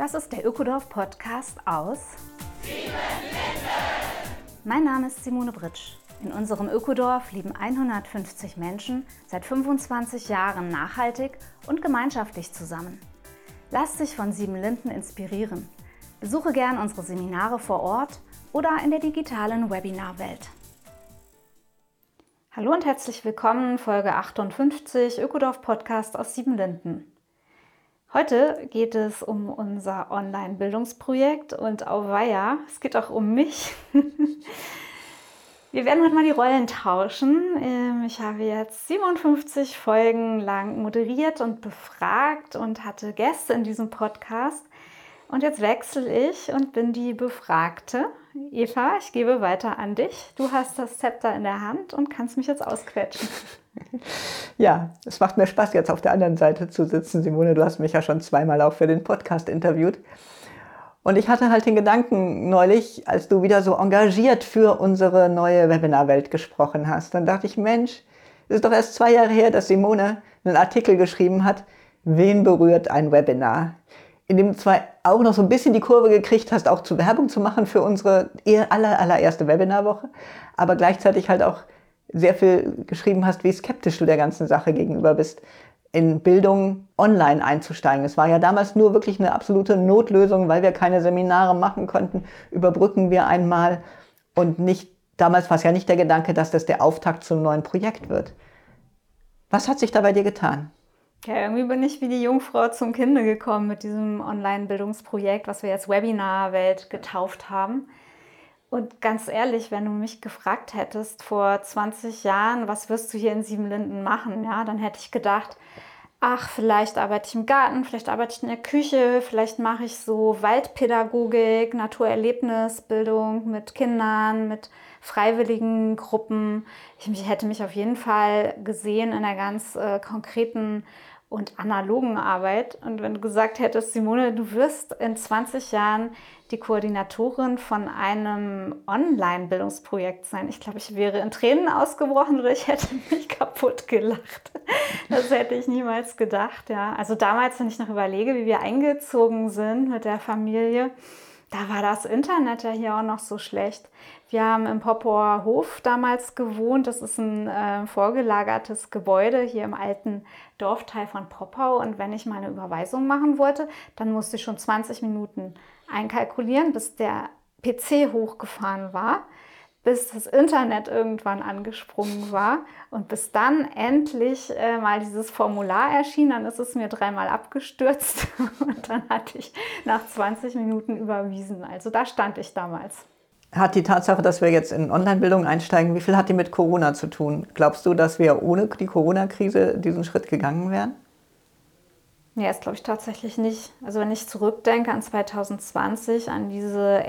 Das ist der Ökodorf-Podcast aus Mein Name ist Simone Britsch. In unserem Ökodorf leben 150 Menschen seit 25 Jahren nachhaltig und gemeinschaftlich zusammen. Lass dich von Siebenlinden inspirieren. Besuche gern unsere Seminare vor Ort oder in der digitalen Webinarwelt. Hallo und herzlich willkommen, Folge 58, Ökodorf-Podcast aus Siebenlinden. Heute geht es um unser Online-Bildungsprojekt und auweia, es geht auch um mich. Wir werden heute mal die Rollen tauschen. Ich habe jetzt 57 Folgen lang moderiert und befragt und hatte Gäste in diesem Podcast. Und jetzt wechsle ich und bin die Befragte. Eva, ich gebe weiter an dich. Du hast das Zepter in der Hand und kannst mich jetzt ausquetschen. Ja, es macht mir Spaß, jetzt auf der anderen Seite zu sitzen. Simone, du hast mich ja schon zweimal auch für den Podcast interviewt. Und ich hatte halt den Gedanken neulich, als du wieder so engagiert für unsere neue Webinarwelt gesprochen hast, dann dachte ich, Mensch, es ist doch erst 2 Jahre her, dass Simone einen Artikel geschrieben hat, wen berührt ein Webinar? In dem du zwar auch noch so ein bisschen die Kurve gekriegt hast, auch zu Werbung zu machen für unsere allererste Webinarwoche, aber gleichzeitig halt auch sehr viel geschrieben hast, wie skeptisch du der ganzen Sache gegenüber bist, in Bildung online einzusteigen. Es war ja damals nur wirklich eine absolute Notlösung, weil wir keine Seminare machen konnten, überbrücken wir einmal und nicht, damals war es ja nicht der Gedanke, dass das der Auftakt zum neuen Projekt wird. Was hat sich da bei dir getan? Ja, irgendwie bin ich wie die Jungfrau zum Kinde gekommen mit diesem Online-Bildungsprojekt, was wir jetzt Webinarwelt getauft haben. Und ganz ehrlich, wenn du mich gefragt hättest vor 20 Jahren, was wirst du hier in Siebenlinden machen, ja, dann hätte ich gedacht, ach, vielleicht arbeite ich im Garten, vielleicht arbeite ich in der Küche, vielleicht mache ich so Waldpädagogik, Naturerlebnisbildung mit Kindern, mit freiwilligen Gruppen. Ich hätte mich auf jeden Fall gesehen in einer ganz konkreten und analogen Arbeit. Und wenn du gesagt hättest, Simone, du wirst in 20 Jahren die Koordinatorin von einem Online-Bildungsprojekt sein. Ich glaube, ich wäre in Tränen ausgebrochen oder ich hätte mich kaputt gelacht. Das hätte ich niemals gedacht. Ja. Also damals, wenn ich noch überlege, wie wir eingezogen sind mit der Familie, da war das Internet ja hier auch noch so schlecht. Wir haben im Poppower Hof damals gewohnt. Das ist ein vorgelagertes Gebäude hier im alten Dorfteil von Poppau. Und wenn ich mal eine Überweisung machen wollte, dann musste ich schon 20 Minuten einkalkulieren, bis der PC hochgefahren war, bis das Internet irgendwann angesprungen war und bis dann endlich mal dieses Formular erschien. Dann ist es mir 3-mal abgestürzt und dann hatte ich nach 20 Minuten überwiesen. Also da stand ich damals. Hat die Tatsache, dass wir jetzt in Online-Bildung einsteigen, wie viel hat die mit Corona zu tun? Glaubst du, dass wir ohne die Corona-Krise diesen Schritt gegangen wären? Ja, das glaube ich tatsächlich nicht. Also wenn ich zurückdenke an 2020, an diese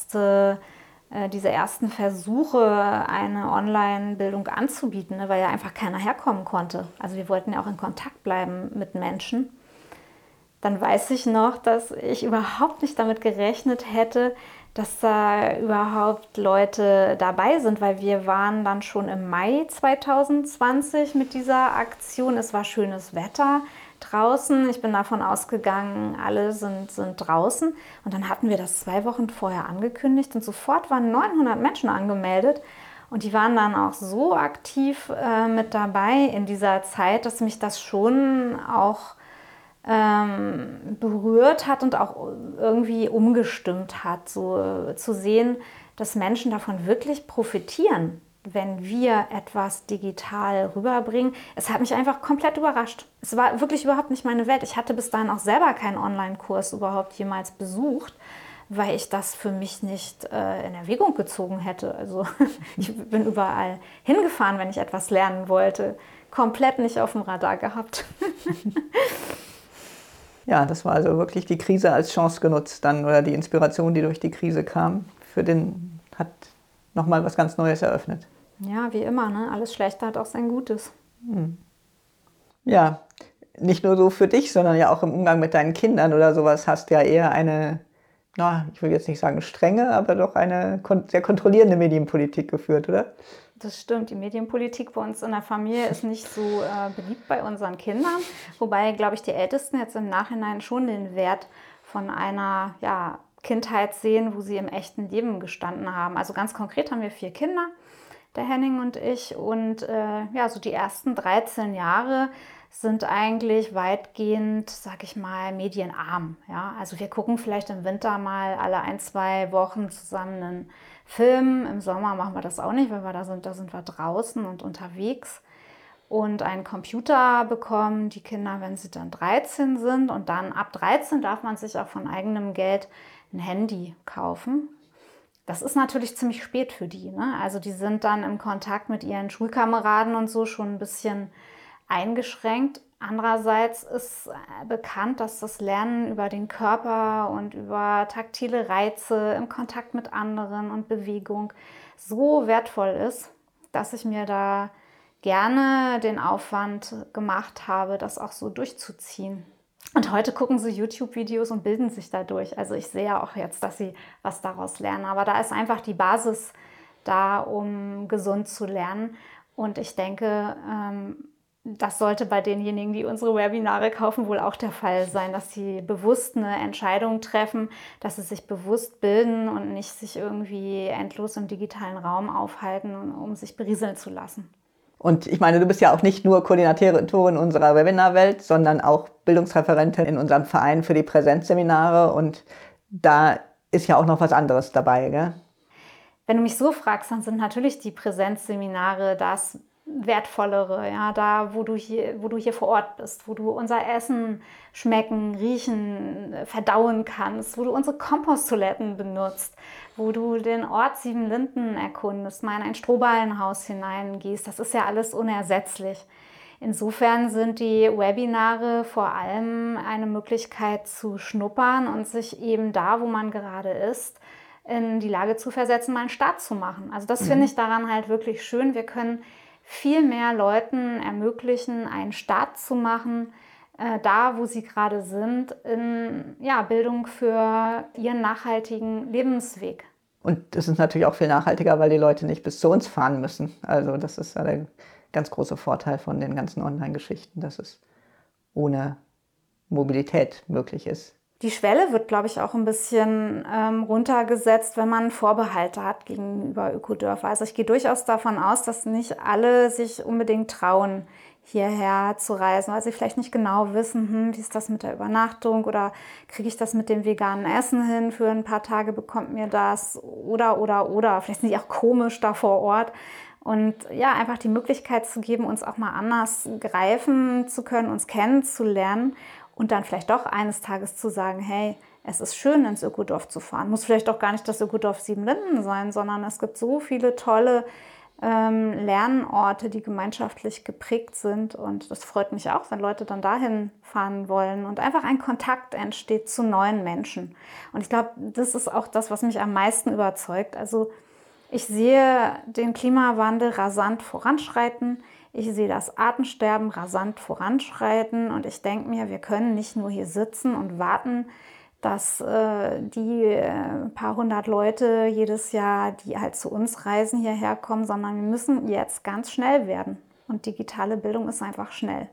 ersten Versuche, eine Online-Bildung anzubieten, weil ja einfach keiner herkommen konnte. Also wir wollten ja auch in Kontakt bleiben mit Menschen. Dann weiß ich noch, dass ich überhaupt nicht damit gerechnet hätte, dass da überhaupt Leute dabei sind, weil wir waren dann schon im Mai 2020 mit dieser Aktion. Es war schönes Wetter draußen. Ich bin davon ausgegangen, alle sind draußen. Und dann hatten wir das 2 Wochen vorher angekündigt und sofort waren 900 Menschen angemeldet. Und die waren dann auch so aktiv mit dabei in dieser Zeit, dass mich das schon auch berührt hat und auch irgendwie umgestimmt hat, so zu sehen, dass Menschen davon wirklich profitieren, wenn wir etwas digital rüberbringen. Es hat mich einfach komplett überrascht. Es war wirklich überhaupt nicht meine Welt. Ich hatte bis dahin auch selber keinen Online-Kurs überhaupt jemals besucht, weil ich das für mich nicht in Erwägung gezogen hätte. Also ich bin überall hingefahren, wenn ich etwas lernen wollte. Komplett nicht auf dem Radar gehabt. Ja, das war also wirklich die Krise als Chance genutzt dann oder die Inspiration, die durch die Krise kam, hat nochmal was ganz Neues eröffnet. Ja, wie immer, ne? Alles Schlechte hat auch sein Gutes. Ja, nicht nur so für dich, sondern ja auch im Umgang mit deinen Kindern oder sowas hast ja eher eine, ich will jetzt nicht sagen strenge, aber doch eine sehr kontrollierende Medienpolitik geführt, oder? Das stimmt, die Medienpolitik bei uns in der Familie ist nicht so beliebt bei unseren Kindern, wobei, glaube ich, die Ältesten jetzt im Nachhinein schon den Wert von einer Kindheit sehen, wo sie im echten Leben gestanden haben. Also ganz konkret haben wir 4 Kinder, der Henning und ich. Und so die ersten 13 Jahre sind eigentlich weitgehend, sag ich mal, medienarm. Ja? Also wir gucken vielleicht im Winter mal alle 1-2 Wochen zusammen einen Film. Im Sommer machen wir das auch nicht, weil da sind wir draußen und unterwegs. Und einen Computer bekommen die Kinder, wenn sie dann 13 sind. Und dann ab 13 darf man sich auch von eigenem Geld ein Handy kaufen. Das ist natürlich ziemlich spät für die, ne? Also die sind dann im Kontakt mit ihren Schulkameraden und so schon ein bisschen eingeschränkt. Andererseits ist bekannt, dass das Lernen über den Körper und über taktile Reize im Kontakt mit anderen und Bewegung so wertvoll ist, dass ich mir da gerne den Aufwand gemacht habe, das auch so durchzuziehen. Und heute gucken sie YouTube-Videos und bilden sich dadurch. Also ich sehe ja auch jetzt, dass sie was daraus lernen. Aber da ist einfach die Basis da, um gesund zu lernen. Und ich denke, das sollte bei denjenigen, die unsere Webinare kaufen, wohl auch der Fall sein, dass sie bewusst eine Entscheidung treffen, dass sie sich bewusst bilden und nicht sich irgendwie endlos im digitalen Raum aufhalten, um sich berieseln zu lassen. Und ich meine, du bist ja auch nicht nur Koordinatorin unserer Webinarwelt, sondern auch Bildungsreferentin in unserem Verein für die Präsenzseminare. Und da ist ja auch noch was anderes dabei, gell? Wenn du mich so fragst, dann sind natürlich die Präsenzseminare das Wertvollere, ja, da, wo du hier vor Ort bist, wo du unser Essen schmecken, riechen, verdauen kannst, wo du unsere Komposttoiletten benutzt, wo du den Ort Siebenlinden erkundest, mal in ein Strohballenhaus hineingehst. Das ist ja alles unersetzlich. Insofern sind die Webinare vor allem eine Möglichkeit zu schnuppern und sich eben da, wo man gerade ist, in die Lage zu versetzen, mal einen Start zu machen. Also das finde ich daran halt wirklich schön. Wir können viel mehr Leuten ermöglichen, einen Start zu machen, da wo sie gerade sind, in Bildung für ihren nachhaltigen Lebensweg. Und es ist natürlich auch viel nachhaltiger, weil die Leute nicht bis zu uns fahren müssen. Also das ist ja der ganz große Vorteil von den ganzen Online-Geschichten, dass es ohne Mobilität möglich ist. Die Schwelle wird, glaube ich, auch ein bisschen runtergesetzt, wenn man Vorbehalte hat gegenüber Ökodörfer. Also ich gehe durchaus davon aus, dass nicht alle sich unbedingt trauen, hierher zu reisen, weil sie vielleicht nicht genau wissen, wie ist das mit der Übernachtung oder kriege ich das mit dem veganen Essen hin, für ein paar Tage bekommt mir das oder. Vielleicht sind die auch komisch da vor Ort. Und ja, einfach die Möglichkeit zu geben, uns auch mal anders greifen zu können, uns kennenzulernen. Und dann vielleicht doch eines Tages zu sagen, hey, es ist schön, ins Ökodorf zu fahren. Muss vielleicht doch gar nicht das Ökodorf Siebenlinden sein, sondern es gibt so viele tolle Lernorte, die gemeinschaftlich geprägt sind. Und das freut mich auch, wenn Leute dann dahin fahren wollen und einfach ein Kontakt entsteht zu neuen Menschen. Und ich glaube, das ist auch das, was mich am meisten überzeugt. Also ich sehe den Klimawandel rasant voranschreiten. Ich sehe das Artensterben rasant voranschreiten und ich denke mir, wir können nicht nur hier sitzen und warten, dass die paar hundert Leute jedes Jahr, die halt zu uns reisen, hierher kommen, sondern wir müssen jetzt ganz schnell werden. Und digitale Bildung ist einfach schnell.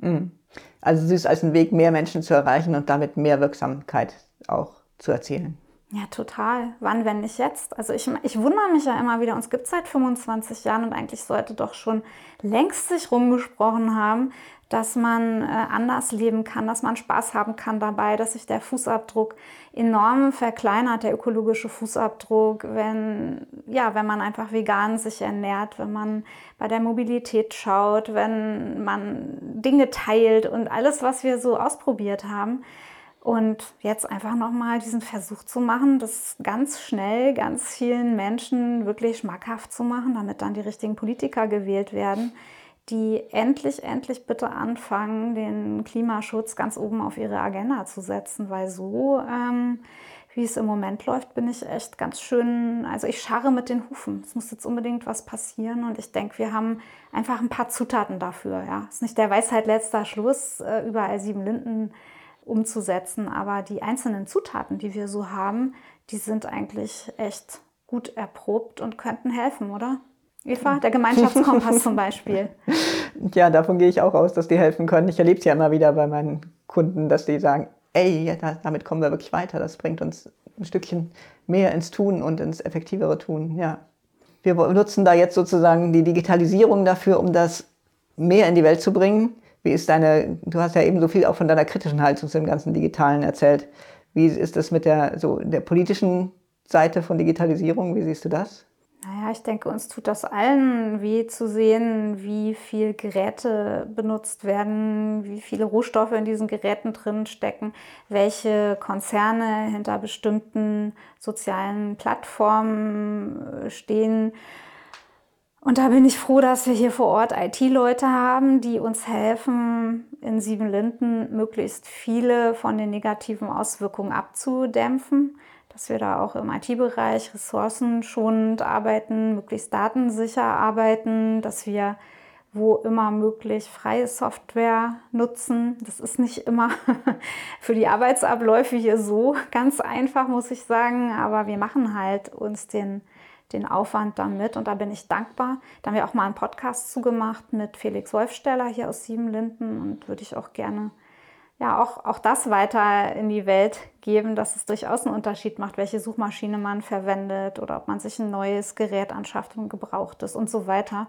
Also sie ist als ein Weg, mehr Menschen zu erreichen und damit mehr Wirksamkeit auch zu erzielen. Ja, total. Wann, wenn nicht jetzt? Also ich wundere mich ja immer wieder, uns gibt es seit 25 Jahren und eigentlich sollte doch schon längst sich rumgesprochen haben, dass man anders leben kann, dass man Spaß haben kann dabei, dass sich der Fußabdruck enorm verkleinert, der ökologische Fußabdruck, wenn man einfach vegan sich ernährt, wenn man bei der Mobilität schaut, wenn man Dinge teilt und alles, was wir so ausprobiert haben. Und jetzt einfach nochmal diesen Versuch zu machen, das ganz schnell ganz vielen Menschen wirklich schmackhaft zu machen, damit dann die richtigen Politiker gewählt werden, die endlich bitte anfangen, den Klimaschutz ganz oben auf ihre Agenda zu setzen. Weil so, wie es im Moment läuft, bin ich echt ganz schön, also ich scharre mit den Hufen. Es muss jetzt unbedingt was passieren und ich denke, wir haben einfach ein paar Zutaten dafür. Ja, ist nicht der Weisheit letzter Schluss, überall Siebenlinden umzusetzen, aber die einzelnen Zutaten, die wir so haben, die sind eigentlich echt gut erprobt und könnten helfen, oder? Eva, der Gemeinschaftskompass zum Beispiel. Ja, davon gehe ich auch aus, dass die helfen können. Ich erlebe es ja immer wieder bei meinen Kunden, dass die sagen, ey, ja, damit kommen wir wirklich weiter. Das bringt uns ein Stückchen mehr ins Tun und ins effektivere Tun. Ja. Wir nutzen da jetzt sozusagen die Digitalisierung dafür, um das mehr in die Welt zu bringen. Du hast ja eben so viel auch von deiner kritischen Haltung zu dem ganzen Digitalen erzählt. Wie ist das mit der politischen Seite von Digitalisierung? Wie siehst du das? Naja, ich denke, uns tut das allen weh zu sehen, wie viel Geräte benutzt werden, wie viele Rohstoffe in diesen Geräten drin stecken, welche Konzerne hinter bestimmten sozialen Plattformen stehen. Und da bin ich froh, dass wir hier vor Ort IT-Leute haben, die uns helfen, in Siebenlinden möglichst viele von den negativen Auswirkungen abzudämpfen, dass wir da auch im IT-Bereich ressourcenschonend arbeiten, möglichst datensicher arbeiten, dass wir wo immer möglich freie Software nutzen. Das ist nicht immer für die Arbeitsabläufe hier so ganz einfach, muss ich sagen, aber wir machen halt uns den Aufwand damit und da bin ich dankbar. Da haben wir auch mal einen Podcast zugemacht mit Felix Wolfsteller hier aus Siebenlinden und würde ich auch gerne auch das weiter in die Welt geben, dass es durchaus einen Unterschied macht, welche Suchmaschine man verwendet oder ob man sich ein neues Gerät anschafft und gebrauchtes und so weiter.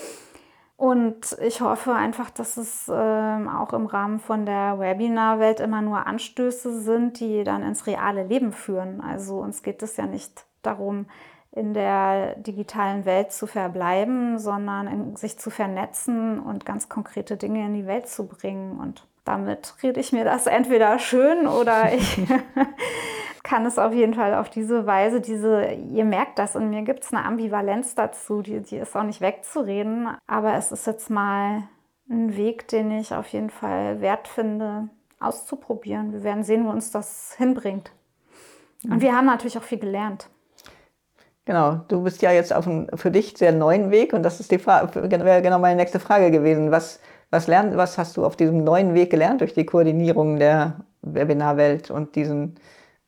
Und ich hoffe einfach, dass es auch im Rahmen von der Webinarwelt immer nur Anstöße sind, die dann ins reale Leben führen. Also uns geht es ja nicht darum, in der digitalen Welt zu verbleiben, sondern sich zu vernetzen und ganz konkrete Dinge in die Welt zu bringen. Und damit rede ich mir das entweder schön oder ich kann es auf jeden Fall auf diese Weise, ihr merkt das, in mir gibt es eine Ambivalenz dazu, die ist auch nicht wegzureden. Aber es ist jetzt mal ein Weg, den ich auf jeden Fall wert finde, auszuprobieren. Wir werden sehen, wo uns das hinbringt. Und wir haben natürlich auch viel gelernt. Genau, du bist ja jetzt auf einem für dich sehr neuen Weg und das ist wäre genau meine nächste Frage gewesen. Was hast du auf diesem neuen Weg gelernt durch die Koordinierung der Webinarwelt und diesem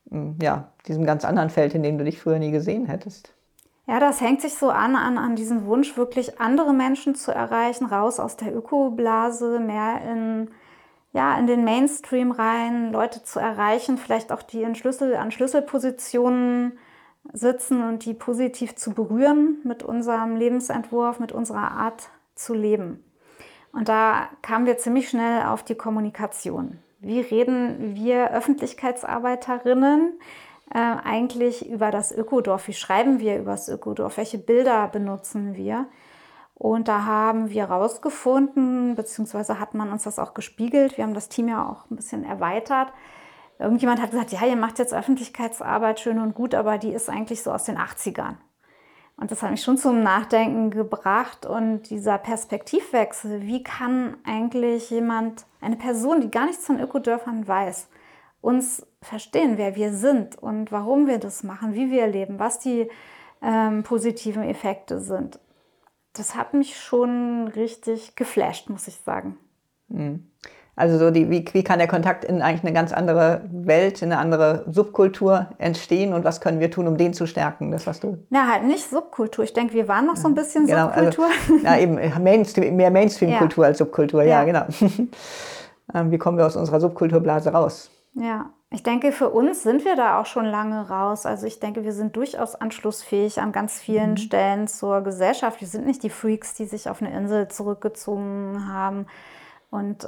ganz anderen Feld, in dem du dich früher nie gesehen hättest? Ja, das hängt sich so an diesen Wunsch, wirklich andere Menschen zu erreichen, raus aus der Ökoblase, mehr in den Mainstream rein, Leute zu erreichen, vielleicht auch die an Schlüsselpositionen sitzen und die positiv zu berühren mit unserem Lebensentwurf, mit unserer Art zu leben. Und da kamen wir ziemlich schnell auf die Kommunikation. Wie reden wir Öffentlichkeitsarbeiterinnen eigentlich über das Ökodorf? Wie schreiben wir über das Ökodorf? Welche Bilder benutzen wir? Und da haben wir rausgefunden, beziehungsweise hat man uns das auch gespiegelt. Wir haben das Team ja auch ein bisschen erweitert. Irgendjemand hat gesagt, ja, ihr macht jetzt Öffentlichkeitsarbeit, schön und gut, aber die ist eigentlich so aus den 80ern. Und das hat mich schon zum Nachdenken gebracht und dieser Perspektivwechsel, wie kann eigentlich eine Person, die gar nichts von Ökodörfern weiß, uns verstehen, wer wir sind und warum wir das machen, wie wir leben, was die positiven Effekte sind. Das hat mich schon richtig geflasht, muss ich sagen. Also wie kann der Kontakt in eigentlich eine ganz andere Welt, in eine andere Subkultur entstehen und was können wir tun, um den zu stärken? Das hast du. Na, halt nicht Subkultur. Ich denke, wir waren noch so ein bisschen Subkultur. Also, eben mehr Mainstream-Kultur als Subkultur, ja, genau. Wie kommen wir aus unserer Subkulturblase raus? Ja, ich denke, für uns sind wir da auch schon lange raus. Also ich denke, wir sind durchaus anschlussfähig an ganz vielen Stellen zur Gesellschaft. Wir sind nicht die Freaks, die sich auf eine Insel zurückgezogen haben. Und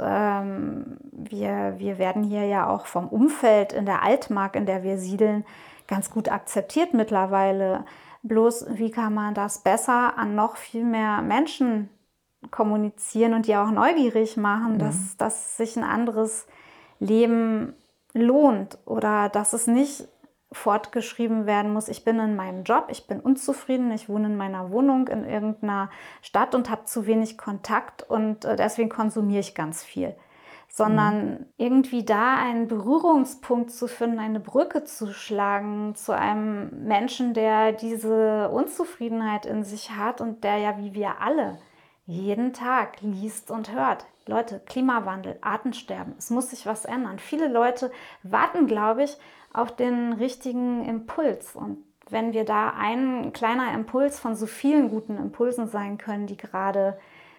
wir werden hier ja auch vom Umfeld in der Altmark, in der wir siedeln, ganz gut akzeptiert mittlerweile. Bloß, wie kann man das besser an noch viel mehr Menschen kommunizieren und die auch neugierig machen, dass sich ein anderes Leben lohnt oder dass es nicht fortgeschrieben werden muss, ich bin in meinem Job, ich bin unzufrieden, ich wohne in meiner Wohnung in irgendeiner Stadt und habe zu wenig Kontakt und deswegen konsumiere ich ganz viel. Sondern irgendwie da einen Berührungspunkt zu finden, eine Brücke zu schlagen zu einem Menschen, der diese Unzufriedenheit in sich hat und der ja wie wir alle jeden Tag liest und hört. Leute, Klimawandel, Artensterben, es muss sich was ändern. Viele Leute warten, glaube ich, auf den richtigen Impuls. Und wenn wir da ein kleiner Impuls von so vielen guten Impulsen sein können, die gerade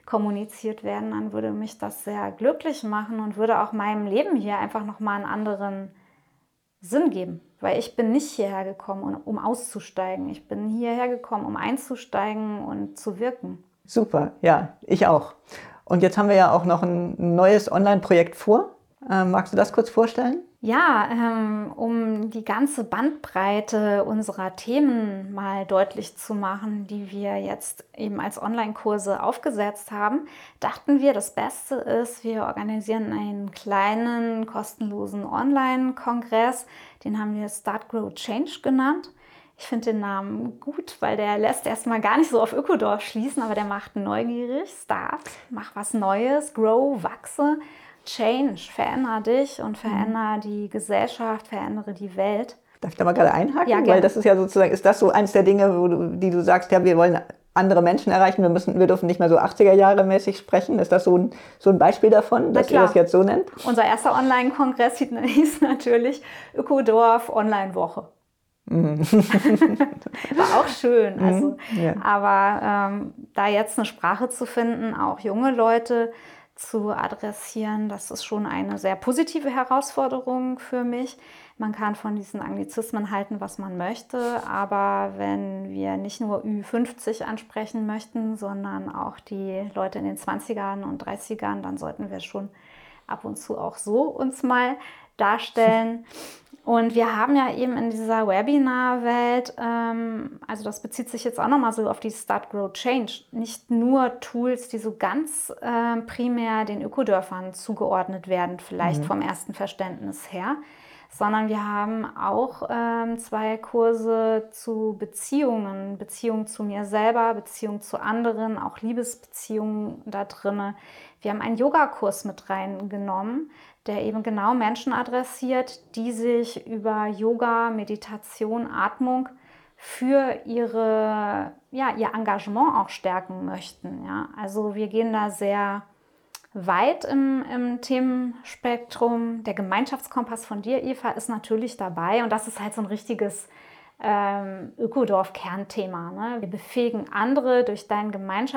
kommuniziert werden, dann würde mich das sehr glücklich machen und würde auch meinem Leben hier einfach nochmal einen anderen Sinn geben. Weil ich bin nicht hierher gekommen, um auszusteigen. Ich bin hierher gekommen, um einzusteigen und zu wirken. Super, ja, ich auch. Und jetzt haben wir ja auch noch ein neues Online-Projekt vor. Magst du das kurz vorstellen? Ja, um die ganze Bandbreite unserer Themen mal deutlich zu machen, die wir jetzt eben als Online-Kurse aufgesetzt haben, dachten wir, das Beste ist, wir organisieren einen kleinen, kostenlosen Online-Kongress. Den haben wir Start, Grow, Change genannt. Ich finde den Namen gut, weil der lässt erstmal gar nicht so auf Ökodorf schließen, aber der macht neugierig. Start, mach was Neues, Grow, wachse. Change, verändere dich und verändere die Gesellschaft, verändere die Welt. Darf ich da mal gerade einhaken? Ja, Weil gerne. das ist ja sozusagen, ist das so eins der Dinge, die du sagst, ja, wir wollen andere Menschen erreichen, wir dürfen nicht mehr so 80er Jahre mäßig sprechen. Ist das so ein Beispiel davon, dass ihr das jetzt so nennt? Unser erster Online-Kongress hieß natürlich Ökodorf Online-Woche. War auch schön. Also, Ja. aber da jetzt eine Sprache zu finden, auch junge Leute zu adressieren, das ist schon eine sehr positive Herausforderung für mich. Man kann von diesen Anglizismen halten, was man möchte, aber wenn wir nicht nur Ü50 ansprechen möchten, sondern auch die Leute in den 20ern und 30ern, dann sollten wir schon ab und zu auch so uns mal darstellen. Und wir haben ja eben in dieser Webinar-Welt, also das bezieht sich jetzt auch nochmal so auf die Start, Grow, Change, nicht nur Tools, die so ganz primär den Ökodörfern zugeordnet werden, vielleicht vom ersten Verständnis her, sondern wir haben auch 2 Kurse zu Beziehungen, Beziehung zu mir selber, Beziehung zu anderen, auch Liebesbeziehungen da drin. Wir haben einen Yogakurs mit reingenommen, der eben genau Menschen adressiert, die sich über Yoga, Meditation, Atmung für ihr Engagement auch stärken möchten. Ja? Also wir gehen da sehr weit im Themenspektrum. Der Gemeinschaftskompass von dir, Eva, ist natürlich dabei und das ist halt so ein richtiges Ökodorf-Kernthema. Ne? Wir befähigen andere durch dein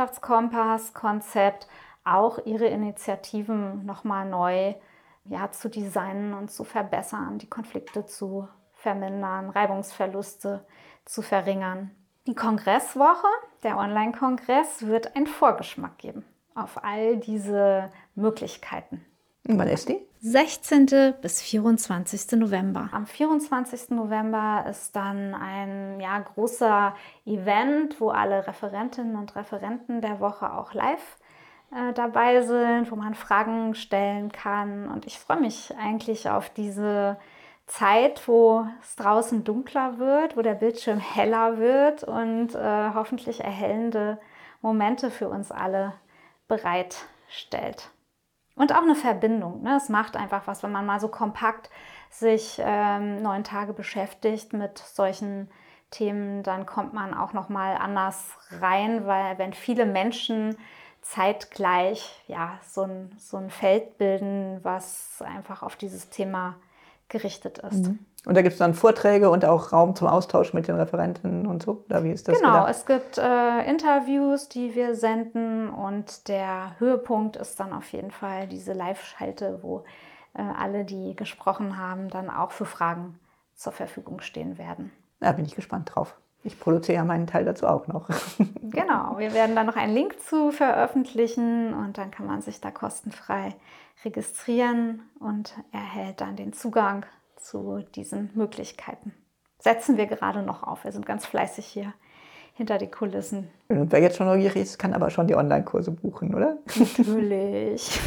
Gemeinschaftskompass-Konzept auch ihre Initiativen nochmal neu zu designen und zu verbessern, die Konflikte zu vermindern, Reibungsverluste zu verringern. Die Kongresswoche, der Online-Kongress, wird einen Vorgeschmack geben auf all diese Möglichkeiten. Und wann ist die? 16. bis 24. November. Am 24. November ist dann ein großer Event, wo alle Referentinnen und Referenten der Woche auch live dabei sind, wo man Fragen stellen kann. Und ich freue mich eigentlich auf diese Zeit, wo es draußen dunkler wird, wo der Bildschirm heller wird und hoffentlich erhellende Momente für uns alle bereitstellt. Und auch eine Verbindung. Ne? Es macht einfach was, wenn man mal so kompakt sich 9 Tage beschäftigt mit solchen Themen, dann kommt man auch noch mal anders rein, weil wenn viele Menschen zeitgleich so ein Feld bilden, was einfach auf dieses Thema gerichtet ist. Und da gibt es dann Vorträge und auch Raum zum Austausch mit den Referentinnen und so? Oder wie ist das genau, gedacht? Es gibt Interviews, die wir senden und der Höhepunkt ist dann auf jeden Fall diese Live-Schalte, wo alle, die gesprochen haben, dann auch für Fragen zur Verfügung stehen werden. Da bin ich gespannt drauf. Ich produziere ja meinen Teil dazu auch noch. Genau, wir werden da noch einen Link zu veröffentlichen und dann kann man sich da kostenfrei registrieren und erhält dann den Zugang zu diesen Möglichkeiten. Setzen wir gerade noch auf. Wir sind ganz fleißig hier hinter die Kulissen. Und wer jetzt schon neugierig ist, kann aber schon die Online-Kurse buchen, oder? Natürlich.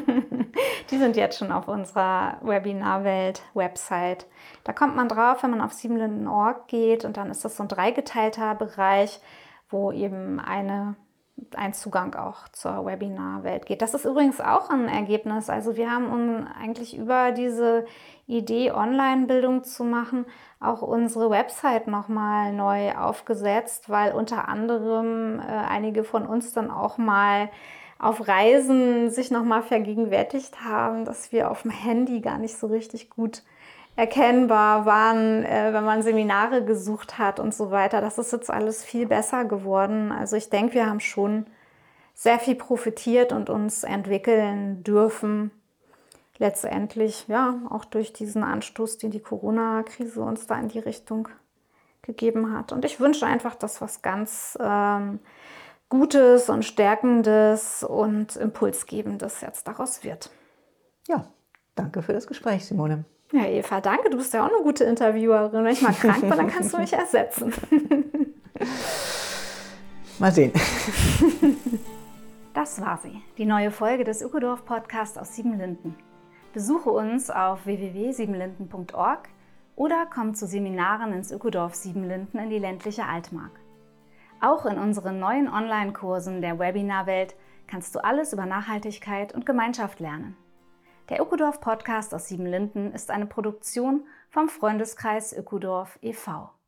Die sind jetzt schon auf unserer Webinarwelt-Website. Da kommt man drauf, wenn man auf siebenlinden.org geht und dann ist das so ein dreigeteilter Bereich, wo eben ein Zugang auch zur Webinarwelt geht. Das ist übrigens auch ein Ergebnis. Also wir haben uns eigentlich über diese Idee, Online-Bildung zu machen, auch unsere Website nochmal neu aufgesetzt, weil unter anderem einige von uns dann auch mal auf Reisen sich nochmal vergegenwärtigt haben, dass wir auf dem Handy gar nicht so richtig gut erkennbar waren, wenn man Seminare gesucht hat und so weiter. Das ist jetzt alles viel besser geworden. Also ich denke, wir haben schon sehr viel profitiert und uns entwickeln dürfen. Letztendlich, ja, auch durch diesen Anstoß, den die Corona-Krise uns da in die Richtung gegeben hat. Und ich wünsche einfach, dass was ganz Gutes und Stärkendes und Impulsgebendes jetzt daraus wird. Ja, danke für das Gespräch, Simone. Ja, Eva, danke. Du bist ja auch eine gute Interviewerin. Wenn ich mal krank bin, dann kannst du mich ersetzen. Mal sehen. Das war sie, die neue Folge des Ökodorf-Podcasts aus Siebenlinden. Besuche uns auf www.siebenlinden.org oder komm zu Seminaren ins Ökodorf Siebenlinden in die ländliche Altmark. Auch in unseren neuen Online-Kursen der Webinarwelt kannst du alles über Nachhaltigkeit und Gemeinschaft lernen. Der Ökodorf-Podcast aus Siebenlinden ist eine Produktion vom Freundeskreis Ökodorf e.V.